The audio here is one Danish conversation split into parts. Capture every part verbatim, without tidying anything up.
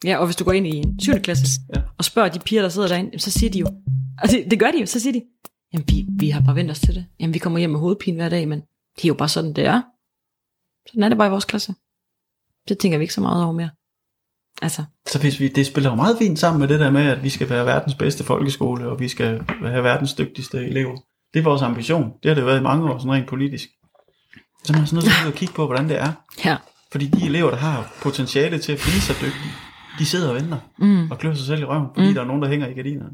Ja, og hvis du går ind i en syvende klasse ja. og spørger de piger, der sidder derinde, så siger de jo, altså det, det gør de jo, så siger de, jamen vi, vi har bare vendt os til det. Jamen vi kommer hjem med hovedpine hver dag, men det er jo bare sådan, det er. Sådan er det bare i vores klasse. Det tænker vi ikke så meget over mere. Altså. Så hvis vi, det spiller jo meget fint sammen med det der med, at vi skal være verdens bedste folkeskole, og vi skal have verdens dygtigste elever. Det er vores ambition. Det har det været i mange år, sådan rent politisk. Så man er sådan nødt til at kigge på, hvordan det er. Ja. Fordi de elever, der har potentiale til at blive så dygtige, de sidder og venter mm. og klør sig selv i røven, fordi mm. der er nogen, der hænger i gardinerne.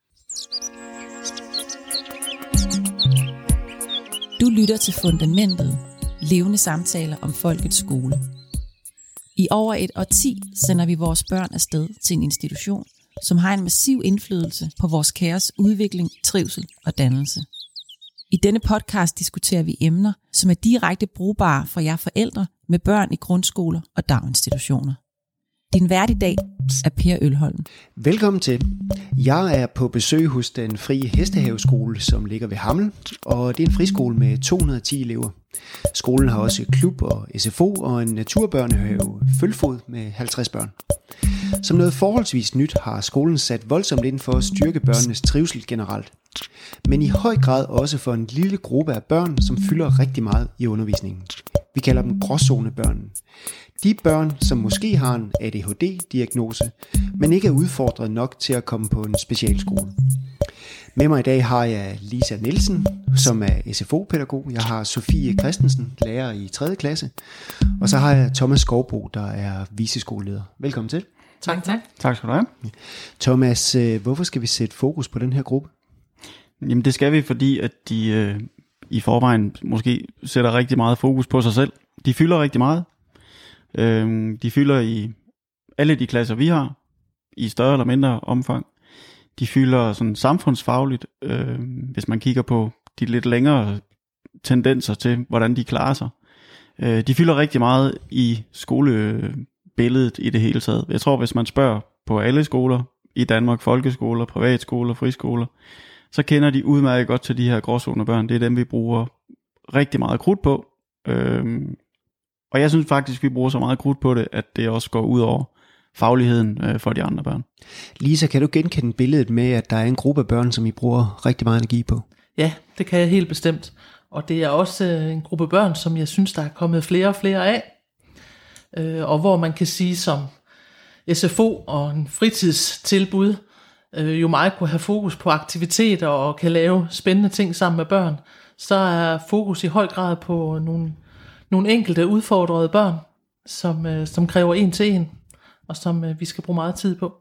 Du lytter til Fundamentet, levende samtaler om folkets skole. I over et årti sender vi vores børn afsted til en institution, som har en massiv indflydelse på vores kæres udvikling, trivsel og dannelse. I denne podcast diskuterer vi emner, som er direkte brugbare for jer forældre med børn i grundskoler og daginstitutioner. Din vært i dag er Per Ølholm. Velkommen til. Jeg er på besøg hos den frie hestehaveskole, som ligger ved Hammel, og det er en friskole med to hundrede og ti elever. Skolen har også klub og S F O og en naturbørnehave Følfod med halvtreds børn. Som noget forholdsvis nyt har skolen sat voldsomt ind for at styrke børnenes trivsel generelt. Men i høj grad også for en lille gruppe af børn, som fylder rigtig meget i undervisningen. Vi kalder dem gråzonebørn. De børn, som måske har en A D H D-diagnose, men ikke er udfordret nok til at komme på en specialskole. Med mig i dag har jeg Lisa Nielsen, som er S F O-pædagog. Jeg har Sofie Christensen, lærer i tredje klasse. Og så har jeg Thomas Skovbo, der er viceskoleleder. Velkommen til. Tak, tak. Tak skal du have. Thomas, hvorfor skal vi sætte fokus på den her gruppe? Jamen det skal vi, fordi at de øh, i forvejen måske sætter rigtig meget fokus på sig selv. De fylder rigtig meget. Øh, de fylder i alle de klasser, vi har, i større eller mindre omfang. De fylder sådan samfundsfagligt, øh, hvis man kigger på de lidt længere tendenser til, hvordan de klarer sig. Øh, de fylder rigtig meget i skolebilledet i det hele taget. Jeg tror, hvis man spørger på alle skoler i Danmark, folkeskoler, privatskoler, friskoler, så kender de udmærket godt til de her gråzonebørn. Det er dem, vi bruger rigtig meget krudt på. Øh, og jeg synes faktisk, vi bruger så meget krudt på det, at det også går ud over fagligheden øh, for de andre børn. Lisa, kan du genkende billedet med, at der er en gruppe af børn, som I bruger rigtig meget energi på? Ja, det kan jeg helt bestemt. Og det er også øh, en gruppe børn, som jeg synes, der er kommet flere og flere af. Øh, og hvor man kan sige, som S F O og en fritidstilbud, øh, jo meget kunne have fokus på aktiviteter og kan lave spændende ting sammen med børn, så er fokus i høj grad på nogle, nogle enkelte udfordrede børn, som, øh, som kræver en til en, og som øh, vi skal bruge meget tid på.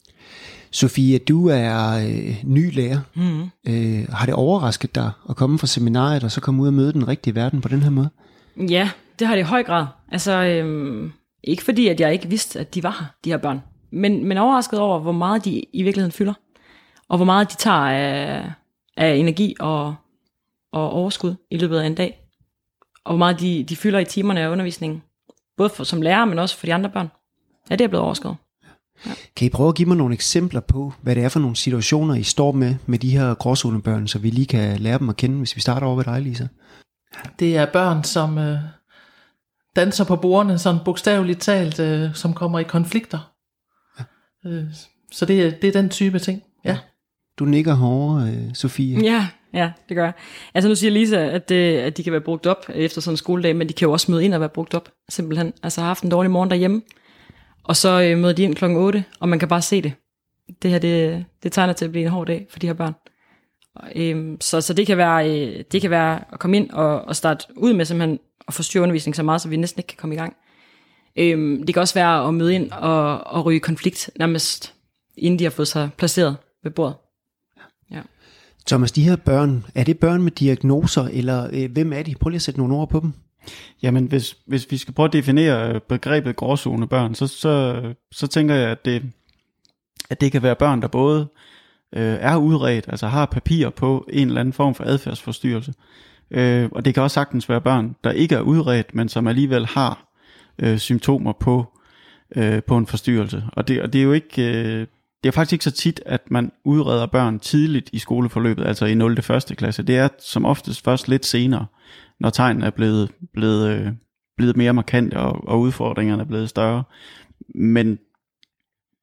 Sofie, du er øh, ny lærer. Mm. Øh, har det overrasket dig at komme fra seminariet og så komme ud og møde den rigtige verden på den her måde? Ja, det har det i høj grad. Altså, øhm, ikke fordi, at jeg ikke vidste, at de var her, de her børn. Men, men overrasket over, hvor meget de i virkeligheden fylder. Og hvor meget de tager af, af energi og, og overskud i løbet af en dag. Og hvor meget de, de fylder i timerne af undervisningen. Både for, som lærer, men også for de andre børn. Ja, det er blevet overskrevet. Ja. Kan I prøve at give mig nogle eksempler på, hvad det er for nogle situationer, I står med med de her gråzonebørn, så vi lige kan lære dem at kende, hvis vi starter over ved dig, Lisa? Det er børn, som øh, danser på bordene, sådan bogstaveligt talt, øh, som kommer i konflikter. Ja. Øh, så det er, det er den type ting, ja. ja. Du nikker hårdere, øh, Sofie. Ja, ja, det gør jeg. Altså nu siger Lisa, at, det, at de kan være brugt op efter sådan en skoledag, men de kan jo også møde ind og være brugt op, simpelthen. Altså har haft en dårlig morgen derhjemme, og så øh, møder de ind klokken otte, og man kan bare se det. Det her, det, det tegner til at blive en hård dag for de her børn. Og, øh, så, så det kan være øh, det kan være at komme ind og, og starte ud med simpelthen at forstyrre undervisningen så meget, så vi næsten ikke kan komme i gang. Øh, det kan også være at møde ind og, og ryge konflikt, nærmest inden de har fået sig placeret ved bordet. Ja. Thomas, de her børn, er det børn med diagnoser, eller øh, hvem er de? Prøv lige at sætte nogle ord på dem. Jamen, hvis, hvis vi skal prøve at definere begrebet gråzonebørn, så, så, så tænker jeg, at det, at det kan være børn, der både øh, er udredt, altså har papirer på en eller anden form for adfærdsforstyrrelse. Øh, og det kan også sagtens være børn, der ikke er udredt, men som alligevel har øh, symptomer på, øh, på en forstyrrelse. Og det, og det er jo ikke... Øh, Det er faktisk ikke så tit, at man udreder børn tidligt i skoleforløbet, altså i nul til første klasse. Det er som oftest først lidt senere, når tegnene er blevet, blevet, blevet mere markante, og, og udfordringerne er blevet større. Men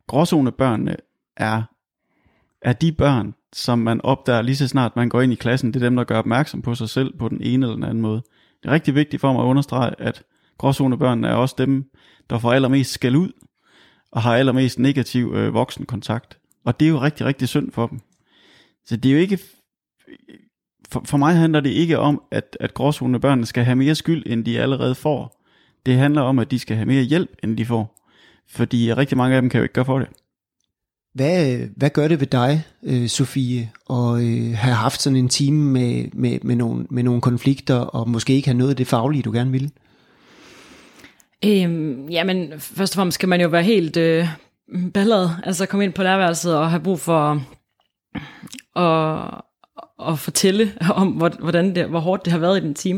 gråzonebørnene er, er de børn, som man opdager lige så snart man går ind i klassen. Det er dem, der gør opmærksom på sig selv på den ene eller den anden måde. Det er rigtig vigtigt for mig at understrege, at gråzonebørnene er også dem, der får allermest skæld ud, og har allermest negativ øh, voksenkontakt. Og det er jo rigtig, rigtig synd for dem. Så det er jo ikke... For, for mig handler det ikke om, at, at gråzonebørnene skal have mere skyld, end de allerede får. Det handler om, at de skal have mere hjælp, end de får. Fordi rigtig mange af dem kan jo ikke gøre for det. Hvad, hvad gør det ved dig, øh, Sofie, at øh, have haft sådan en time med, med, med, nogle, med nogle konflikter, og måske ikke have nået det faglige, du gerne ville? Øhm, jamen, først og fremmest skal man jo være helt øh, balleret, altså komme ind på lærerværelset og have brug for at, at fortælle om, hvordan det, hvor hårdt det har været i den time.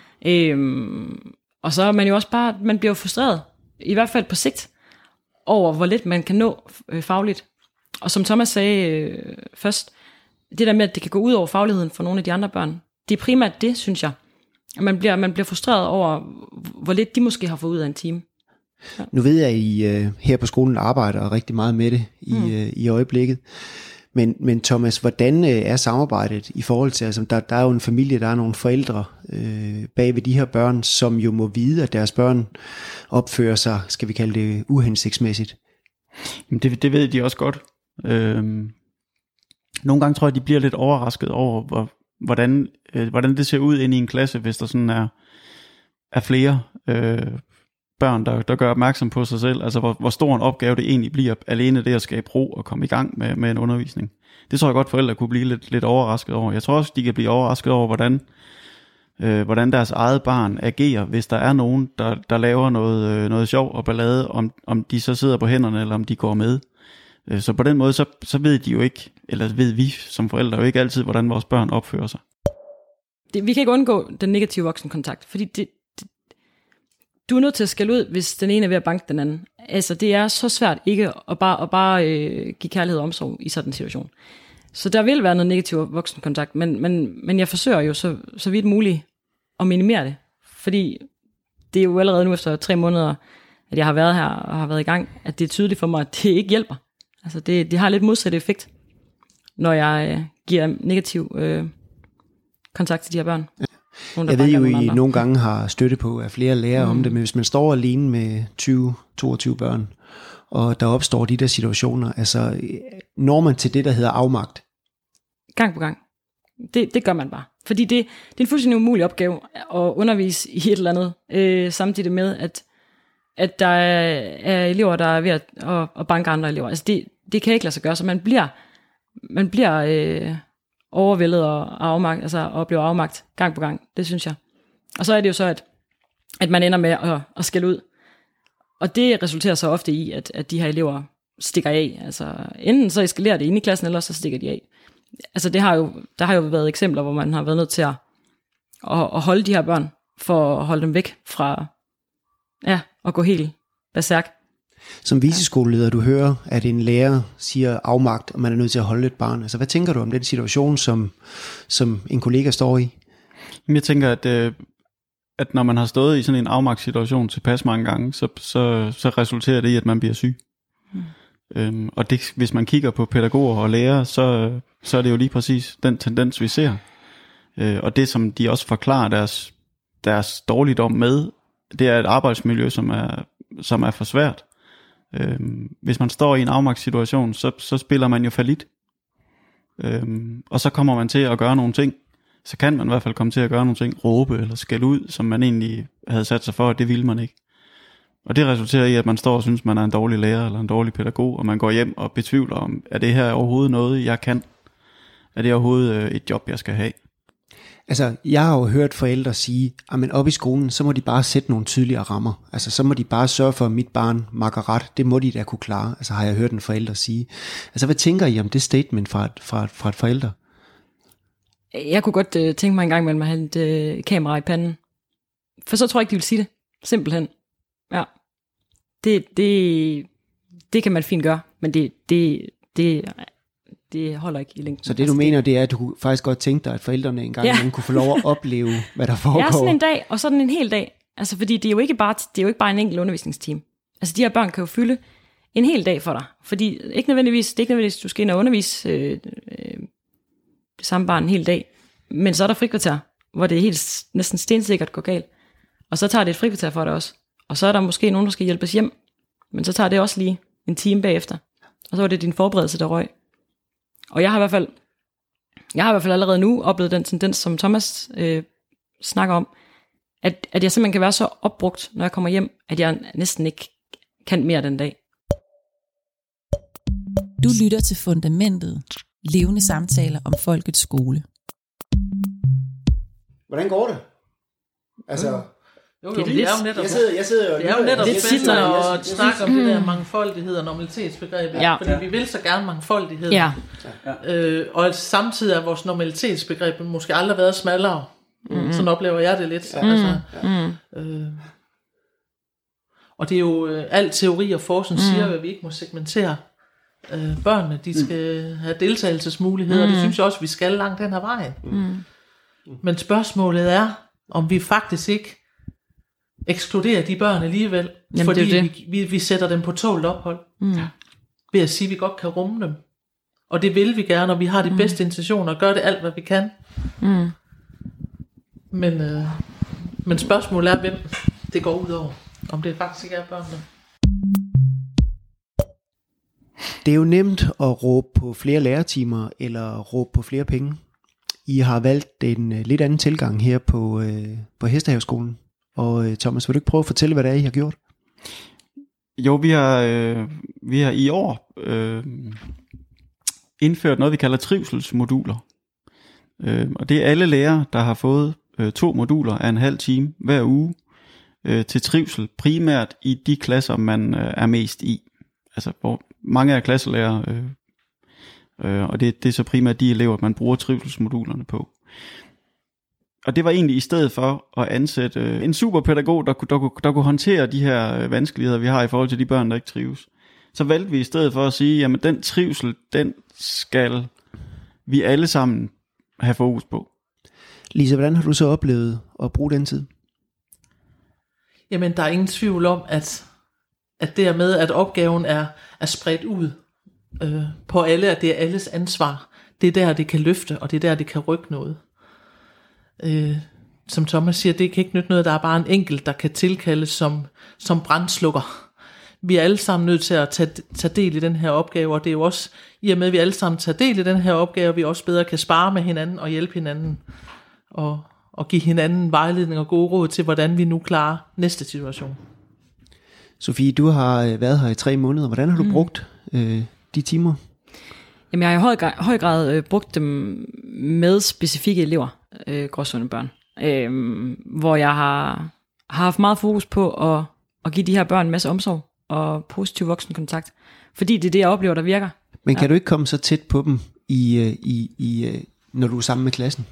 Øhm, og så er man jo også bare, man bliver jo frustreret, i hvert fald på sigt, over hvor lidt man kan nå øh, fagligt. Og som Thomas sagde øh, først, det der med, at det kan gå ud over fagligheden for nogle af de andre børn, det er primært det, synes jeg. At man bliver, man bliver frustreret over, hvor lidt de måske har fået ud af en time. Ja. Nu ved jeg, at I øh, her på skolen arbejder rigtig meget med det i, mm. øh, i øjeblikket. Men, men Thomas, hvordan øh, er samarbejdet i forhold til, altså der, der er jo en familie, der er nogle forældre øh, bag ved de her børn, som jo må vide, at deres børn opfører sig, skal vi kalde det, uhensigtsmæssigt? Jamen det, det ved de også godt. Øhm, nogle gange tror jeg, de bliver lidt overrasket over, hvor, hvordan, øh, hvordan det ser ud inde i en klasse, hvis der sådan er, er flere øh, børn, der, der gør opmærksom på sig selv. Altså hvor, hvor stor en opgave det egentlig bliver, alene det at skabe ro og komme i gang med, med en undervisning. Det tror jeg godt, forældre kunne blive lidt, lidt overrasket over. Jeg tror også, de kan blive overrasket over, hvordan, øh, hvordan deres eget barn agerer, hvis der er nogen, der, der laver noget, øh, noget sjov og ballade, om, om de så sidder på hænderne, eller om de går med. Så på den måde, så, så ved de jo ikke, eller ved vi som forældre jo ikke altid, hvordan vores børn opfører sig. Det, vi kan ikke undgå den negative voksenkontakt, fordi det, det, du er nødt til at skælde ud, hvis den ene er ved at banke den anden. Altså, det er så svært ikke at bare, at bare øh, give kærlighed og omsorg i sådan en situation. Så der vil være noget negativ voksenkontakt, men, men, men jeg forsøger jo så, så vidt muligt at minimere det, fordi det er jo allerede nu efter tre måneder, at jeg har været her og har været i gang, at det er tydeligt for mig, at det ikke hjælper. Altså det, det har lidt modsat effekt, når jeg øh, giver negativ øh, kontakt til de her børn. Nogle, jeg ved jo, I andre. Nogle gange har støtte på af flere lærere mm. om det, men hvis man står alene med tyve til toogtyve børn, og der opstår de der situationer, altså når man til det, der hedder afmagt? Gang på gang. Det, det gør man bare. Fordi det, det er en fuldstændig umulig opgave at undervise i et eller andet, øh, samtidig med, at at der er, er elever, der er ved at, at, at banke andre elever. Altså det, det kan ikke lade sig gøre, så man bliver, man bliver øh, overvældet og, afmagt, altså, og bliver afmagt gang på gang. Det synes jeg. Og så er det jo så, at, at man ender med at, at skælde ud. Og det resulterer så ofte i, at, at de her elever stikker af. Altså enten så eskalerer det inde i klassen, eller så stikker de af. Altså det har jo, der har jo været eksempler, hvor man har været nødt til at, at, at holde de her børn, for at holde dem væk fra... Ja, og gå helt berserk. Som viceskoleleder, du hører, at en lærer siger afmagt, og man er nødt til at holde et barn. Altså, hvad tænker du om den situation, som, som en kollega står i? Jeg tænker, at, at når man har stået i sådan en afmagtssituation tilpas mange gange, så, så, så resulterer det i, at man bliver syg. Mm. Øhm, og det, hvis man kigger på pædagoger og lærere, så, så er det jo lige præcis den tendens, vi ser. Øh, og det, som de også forklarer deres, deres dårligdom med, det er et arbejdsmiljø, som er, som er for svært. Øhm, hvis man står i en afmagtssituation, så, så spiller man jo fallit. Øhm, og så kommer man til at gøre nogle ting. Så kan man i hvert fald komme til at gøre nogle ting, råbe eller skælde ud, som man egentlig havde sat sig for, at det ville man ikke. Og det resulterer i, at man står og synes, man er en dårlig lærer eller en dårlig pædagog, og man går hjem og betvivler om, er det her overhovedet noget, jeg kan? Er det overhovedet et job, jeg skal have? Altså, jeg har jo hørt forældre sige, at op i skolen, så må de bare sætte nogle tydeligere rammer. Altså, så må de bare sørge for, at mit barn makker ret. Det må de da kunne klare. Altså, har jeg hørt en forælder sige. Altså, hvad tænker I om det statement fra et, fra et, fra et forældre? Jeg kunne godt uh, tænke mig en gang mellem at have et uh, kamera i panden. For så tror jeg ikke, de vil sige det. Simpelthen. Ja. Det, det, det kan man fint gøre, men det, det, det, det holder ikke i længden. Så det du altså, mener, det er, at du kunne faktisk godt tænke dig, at forældrene engang ja. kunne få lov at opleve, hvad der foregår? Ja, sådan en dag, og sådan en hel dag. Altså, fordi det er jo ikke bare, det er jo ikke bare en enkelt undervisningsteam. Altså, de her børn kan jo fylde en hel dag for dig. Fordi ikke nødvendigvis, det er ikke nødvendigvis, du skal ind og undervise øh, øh, det samme barn en hel dag. Men så er der frikvarter, hvor det er helt næsten stensikkert går galt. Og så tager det et frikvarter for dig også. Og så er der måske nogen, der skal hjælpes hjem. Men så tager det også lige en time bagefter. Og så var det din forberedelse, der røg. Og jeg har i hvert fald, jeg har i hvert fald allerede nu oplevet den tendens, som Thomas øh, snakker om, at, at jeg simpelthen kan være så opbrugt, når jeg kommer hjem, at jeg næsten ikke kan mere den dag. Du lytter til Fundamentet. Levende samtaler om folkets skole. Hvordan går det? Altså... Jo, jo, det er jo netop, jeg sidder, jeg sidder det er jo netop lidt spændende sidder, at snakke om det der mangfoldighed og normalitetsbegrebet, ja. fordi vi vil så gerne mangfoldighed. Ja. Øh, og samtidig er vores normalitetsbegreb måske aldrig været smallere. Mm-hmm. Sådan oplever jeg det lidt. Ja. Altså, mm-hmm. øh, og det er jo øh, al teori og forskning mm. siger, at vi ikke må segmentere øh, børnene. De skal mm. have deltagelsesmuligheder, mm. og det synes jeg også, vi skal langt hen ad vejen. Mm. Men spørgsmålet er, om vi faktisk ikke ekskluderer de børn alligevel, Jamen, fordi det det. Vi, vi, vi sætter dem på tålt ophold, mm. ved at sige, at vi godt kan rumme dem. Og det vil vi gerne, og vi har de mm. bedste intentioner, og gør det alt, hvad vi kan. Mm. Men, øh, men spørgsmålet er, hvem det går ud over. Om det faktisk ikke er børnene. Det er jo nemt at råbe på flere lærertimer, eller råbe på flere penge. I har valgt en uh, lidt anden tilgang her på, uh, på Hestehaveskolen. Og uh, Thomas, vil du ikke prøve at fortælle, hvad det er, I har gjort? Jo, vi har, øh, vi har i år øh, indført noget, vi kalder trivselsmoduler. Øh, og det er alle lærere, der har fået øh, to moduler af en halv time hver uge øh, til trivsel, primært i de klasser, man øh, er mest i. Altså, hvor mange af klasselærer, øh, øh, og det, det er så primært de elever, man bruger trivselsmodulerne på. Og det var egentlig i stedet for at ansætte øh, en superpædagog, der, der, der kunne håndtere de her øh, vanskeligheder, vi har i forhold til de børn, der ikke trives. Så valgte vi i stedet for at sige, jamen den trivsel, den skal vi alle sammen have fokus på. Lisa, hvordan har du så oplevet at bruge den tid? Jamen, der er ingen tvivl om, at, at dermed, at opgaven er, er spredt ud øh, på alle, at det er alles ansvar. Det er der, det kan løfte, og det er der, det kan rykke noget. Øh, som Thomas siger, det kan ikke nytte noget, der er bare en enkelt, der kan tilkaldes som, som brandslukker. Vi er alle sammen nødt til at tage, tage del i den her opgave, og det er jo også, i og med at vi alle sammen tager del i den her opgave, vi også bedre kan spare med hinanden og hjælpe hinanden, og, og give hinanden vejledning og gode råd til, hvordan vi nu klarer næste situation. Sofie, du har været her i tre måneder. Hvordan har du mm. brugt øh, de timer? Jamen, jeg har i høj grad, høj grad øh, brugt dem med specifikke elever, øh, gråzonebørn, øh, hvor jeg har, har haft meget fokus på at, at give de her børn en masse omsorg og positiv voksenkontakt, fordi det er det, jeg oplever, der virker. Men kan ja. du ikke komme så tæt på dem, i, i, i, når du er sammen med klassen?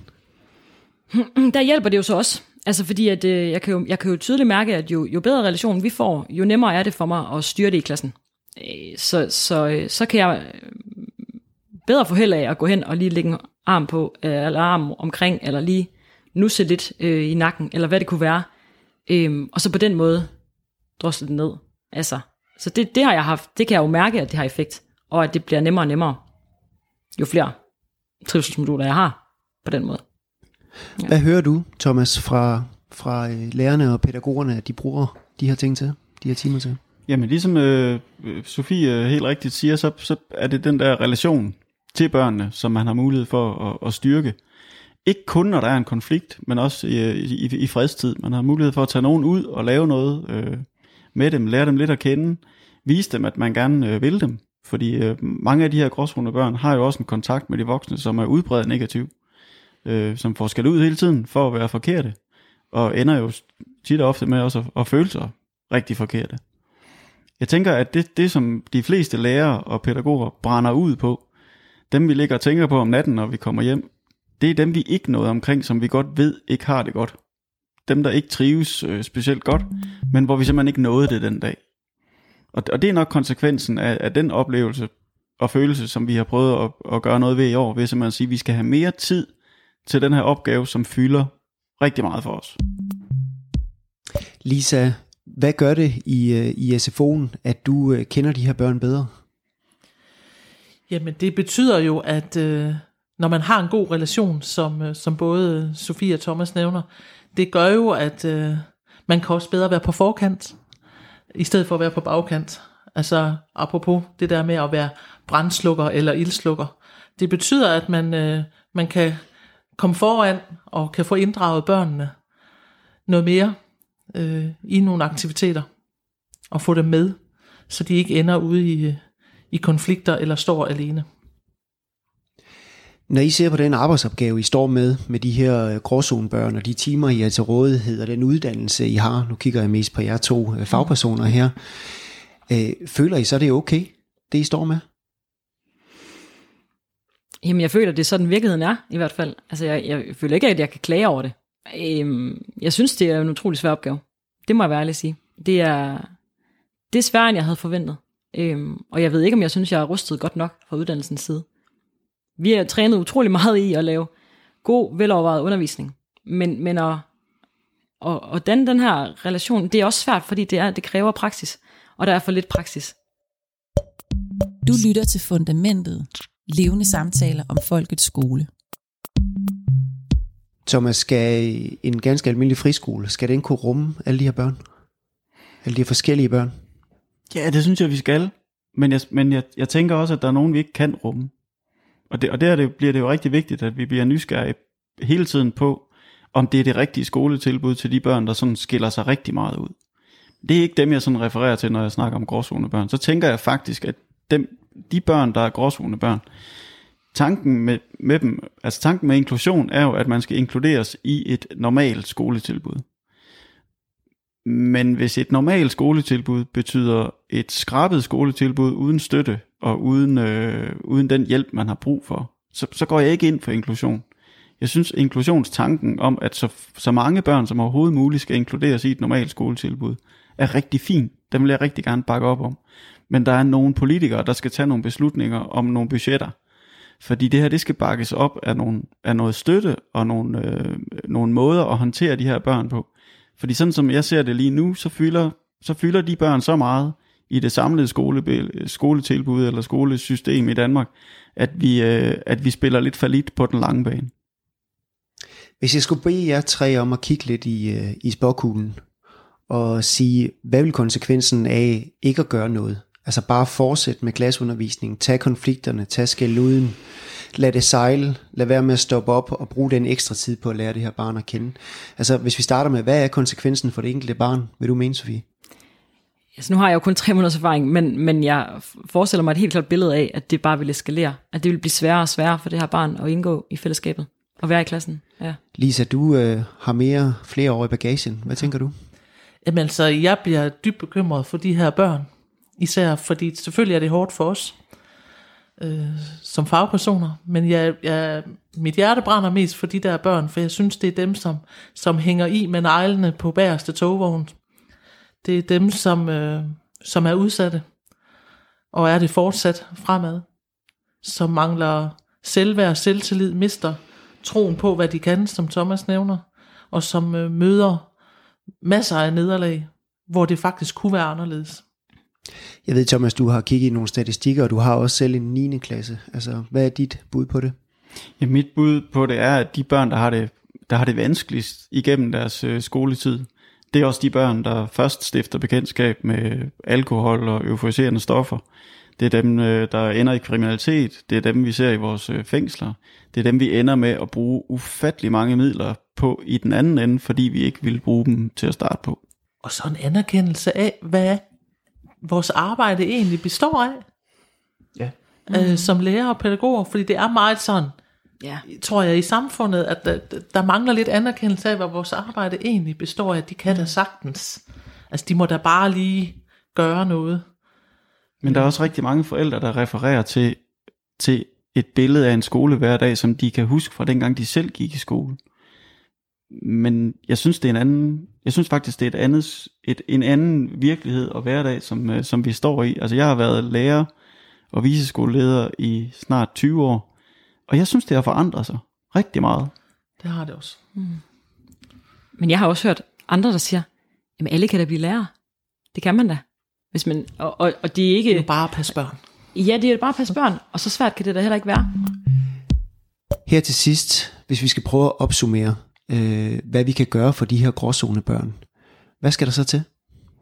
Der hjælper det jo så også. Altså fordi, at, øh, jeg, kan jo, jeg kan jo tydeligt mærke, at jo, jo bedre relation vi får, jo nemmere er det for mig at styre det i klassen. Øh, så, så, øh, så kan jeg bedre få held af at gå hen og lige lægge en arm på, øh, eller arm omkring, eller lige nusse lidt øh, i nakken, eller hvad det kunne være. Øh, og så på den måde drosle det ned. Altså, så det, det har jeg haft, det kan jeg jo mærke, at det har effekt, og at det bliver nemmere og nemmere, jo flere trivselsmoduler jeg har på den måde. Ja. Hvad hører du, Thomas, fra, fra lærerne og pædagogerne, at de bruger de her ting til, de her timer til? Jamen ligesom øh, Sofie helt rigtigt siger, så, så er det den der relation til børnene, som man har mulighed for at, at styrke. Ikke kun når der er en konflikt, men også i, i, i fredstid. Man har mulighed for at tage nogen ud og lave noget øh, med dem, lære dem lidt at kende, vise dem, at man gerne øh, vil dem. Fordi øh, mange af de her gråzonebørn har jo også en kontakt med de voksne, som er udbredt negativ, øh, som får skældt ud hele tiden for at være forkerte, og ender jo tit og ofte med også at, at føle sig rigtig forkerte. Jeg tænker, at det, det som de fleste lærere og pædagoger brænder ud på, dem vi ligger og tænker på om natten, når vi kommer hjem, det er dem vi ikke nåede omkring, som vi godt ved ikke har det godt. Dem der ikke trives øh, specielt godt, men hvor vi simpelthen ikke nåede det den dag. Og, og det er nok konsekvensen af, af den oplevelse og følelse, som vi har prøvet at, at gøre noget ved i år, ved simpelthen at sige, at vi skal have mere tid til den her opgave, som fylder rigtig meget for os. Lisa, Hvad gør det i, i S F O'en, at du kender de her børn bedre? Jamen det betyder jo, at øh, når man har en god relation, som, som både Sofie og Thomas nævner, det gør jo, at øh, man kan også bedre være på forkant, i stedet for at være på bagkant. Altså apropos det der med at være brandslukker eller ildslukker. Det betyder, at man, øh, man kan komme foran og kan få inddraget børnene noget mere øh, i nogle aktiviteter og få dem med, så de ikke ender ude i, i konflikter eller står alene. Når I ser på den arbejdsopgave, I står med, med de her gråzonebørn og de timer, I er til rådighed og den uddannelse, I har, nu kigger jeg mest på jer to fagpersoner her, øh, føler I så, det er okay, det I står med? Jamen, jeg føler, det er sådan virkeligheden er, i hvert fald. Altså, jeg, jeg føler ikke, at jeg kan klage over det. Øhm, jeg synes, det er en utrolig svær opgave. Det må jeg være ærlig at sige. Det er, det er sværere, end jeg havde forventet. Øhm, og jeg ved ikke, om jeg synes, jeg er rustet godt nok fra uddannelsens side. Vi har trænet utrolig meget i at lave god, velovervejet undervisning. Men, men at, at, at danne den her relation, det er også svært, fordi det, er, det kræver praksis. Og der er for lidt praksis. Du lytter til Fundamentet. Levende samtaler om folkets skole. Thomas, skal en ganske almindelig friskole, skal den kunne rumme alle de her børn? Alle de her forskellige børn? Ja, det synes jeg, vi skal. Men jeg, men jeg, jeg tænker også, at der er nogen, vi ikke kan rumme. Og, det, og der det, bliver det jo rigtig vigtigt, at vi bliver nysgerrige hele tiden på, om det er det rigtige skoletilbud til de børn, der sådan skiller sig rigtig meget ud. Det er ikke dem, jeg sådan refererer til, når jeg snakker om gråzonebørn. Så tænker jeg faktisk, at dem, de børn, der er gråzonebørn, tanken med, med dem, altså tanken med inklusion er jo, at man skal inkluderes i et normalt skoletilbud. Men hvis et normalt skoletilbud betyder et skrabet skoletilbud uden støtte og uden, øh, uden den hjælp, man har brug for, så, så går jeg ikke ind for inklusion. Jeg synes, inklusionstanken om, at så, så mange børn som overhovedet muligt skal inkluderes i et normalt skoletilbud, er rigtig fin. Den vil jeg rigtig gerne bakke op om. Men der er nogle politikere, der skal tage nogle beslutninger om nogle budgetter. Fordi det her, det skal bakkes op af, nogle, af noget støtte og nogle, øh, nogle måder at håndtere de her børn på. Fordi sådan som jeg ser det lige nu, så fylder, så fylder de børn så meget i det samlede skole, skoletilbud eller skolesystem i Danmark, at vi, øh, at vi spiller lidt fallit på den lange bane. Hvis jeg skulle bede jer tre om at kigge lidt i, øh, i spåkuglen og sige, hvad vil konsekvensen af ikke at gøre noget? Altså bare fortsætte med klasseundervisningen, tag konflikterne, tag skælduden, lad det sejle, lad være med at stoppe op og bruge den ekstra tid på at lære det her barn at kende. Altså hvis vi starter med, hvad er konsekvensen for det enkelte barn, vil du mene, Sofie? Altså nu har jeg jo kun tre måneders erfaring, men, men jeg forestiller mig et helt klart billede af, at det bare vil eskalere. At det vil blive sværere og sværere for det her barn at indgå i fællesskabet og være i klassen. Ja. Lisa, du øh, har mere flere år i bagagen. Hvad tænker du? Jamen altså, jeg bliver dybt bekymret for de her børn. Især fordi selvfølgelig er det hårdt for os øh, som fagpersoner, men jeg, jeg, mit hjerte brænder mest for de der børn, for jeg synes, det er dem, som, som hænger i med neglene på bagerste togvogn. Det er dem, som, øh, som er udsatte, og er det fortsat fremad, som mangler selvværd og selvtillid, mister troen på, hvad de kan, som Thomas nævner, og som øh, møder masser af nederlag, hvor det faktisk kunne være anderledes. Jeg ved, Thomas, du har kigget i nogle statistikker, og du har også selv en niende klasse. Altså, hvad er dit bud på det? Ja, mit bud på det er, at de børn, der har det, der har det vanskeligst igennem deres øh, skoletid, det er også de børn, der først stifter bekendtskab med alkohol og euforiserende stoffer. Det er dem, øh, der ender i kriminalitet. Det er dem, vi ser i vores øh, fængsler. Det er dem, vi ender med at bruge ufattelig mange midler på i den anden ende, fordi vi ikke vil bruge dem til at starte på. Og så en anerkendelse af, hvad vores arbejde egentlig består af. Ja. Øh, som lærer og pædagoger, fordi det er meget sådan, Ja. tror jeg, i samfundet, at der, der mangler lidt anerkendelse af, hvad vores arbejde egentlig består af. De kan da sagtens. Altså, de må da bare lige gøre noget. Men der er også rigtig mange forældre, der refererer til, til et billede af en skolehverdag, som de kan huske fra dengang, de selv gik i skole. Men jeg synes, det er en anden, jeg synes faktisk, det er et andet, et, en anden virkelighed og hverdag, som, som vi står i. Altså, jeg har været lærer og viceskoleleder i snart tyve år, og jeg synes, det har forandret sig rigtig meget. Det har det også. Mm. Men jeg har også hørt andre, der siger, jamen alle kan da blive lærer. Det kan man da. Hvis man, og, og, og det er ikke... Det er jo bare at passe børn. Ja, det er jo bare at passe børn, og så svært kan det da heller ikke være. Her til sidst, hvis vi skal prøve at opsummere, øh, hvad vi kan gøre for de her gråzonebørn. Hvad skal der så til?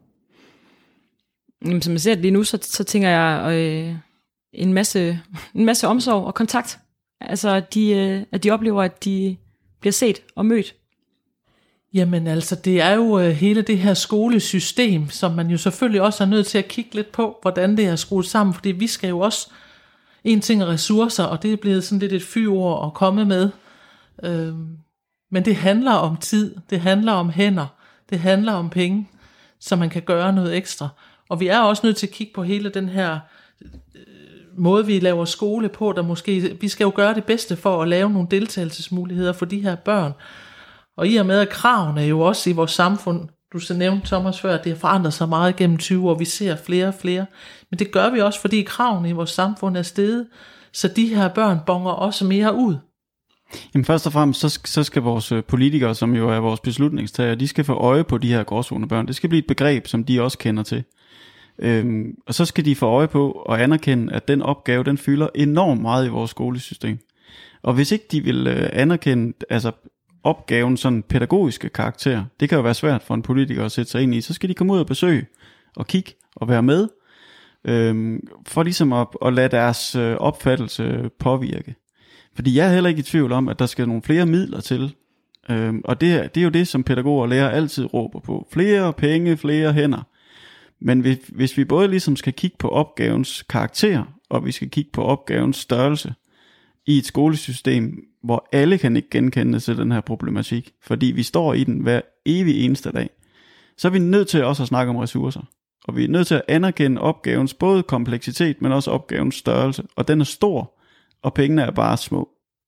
Jamen, som jeg ser det lige nu, så, så tænker jeg øh, en, masse, en masse omsorg og kontakt. Altså, at de, øh, at de oplever, at de bliver set og mødt. Jamen altså, det er jo øh, hele det her skolesystem, som man jo selvfølgelig også er nødt til at kigge lidt på, hvordan det er skruet sammen, fordi vi skal jo også, en ting er ressourcer, og det er blevet sådan lidt et fyord at komme med, øh, men det handler om tid, det handler om hænder, det handler om penge, så man kan gøre noget ekstra. Og vi er også nødt til at kigge på hele den her øh, måde, vi laver skole på, der måske, vi skal jo gøre det bedste for at lave nogle deltagelsesmuligheder for de her børn. Og i og med, at kravene jo også i vores samfund, du så nævnte Thomas før, at det har forandret sig meget gennem tyve år, vi ser flere og flere. Men det gør vi også, fordi kravene i vores samfund er steget, så de her børn bonger også mere ud. Jamen først og fremmest, så, så skal vores politikere, som jo er vores beslutningstagere, de skal få øje på de her gråzonebørn. Det skal blive et begreb, som de også kender til. Øhm, og så skal de få øje på og anerkende, at den opgave, den fylder enormt meget i vores skolesystem. Og hvis ikke de vil øh, anerkende, altså opgaven sådan pædagogiske karakter, det kan jo være svært for en politiker at sætte sig ind i, så skal de komme ud og besøge og kigge og være med, øhm, for ligesom at, at lade deres øh, opfattelse påvirke. Fordi jeg er heller ikke i tvivl om, at der skal nogle flere midler til, øhm, og det, det er jo det, som pædagoger og lærere altid råber på. Flere penge, flere hænder. Men hvis, hvis vi både ligesom skal kigge på opgavens karakter, og vi skal kigge på opgavens størrelse, i et skolesystem, hvor alle kan ikke genkende til den her problematik, fordi vi står i den hver evig eneste dag, så er vi nødt til også at snakke om ressourcer. Og vi er nødt til at anerkende opgavens både kompleksitet, men også opgavens størrelse. Og den er stor, og pengene er bare små.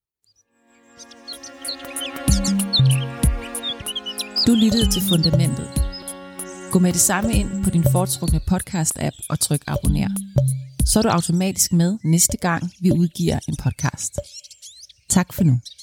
Du lyttede til Fundamentet. Gå med det samme ind på din foretrukne podcast-app og tryk abonner. Så er du automatisk med næste gang, vi udgiver en podcast. Tak for nu.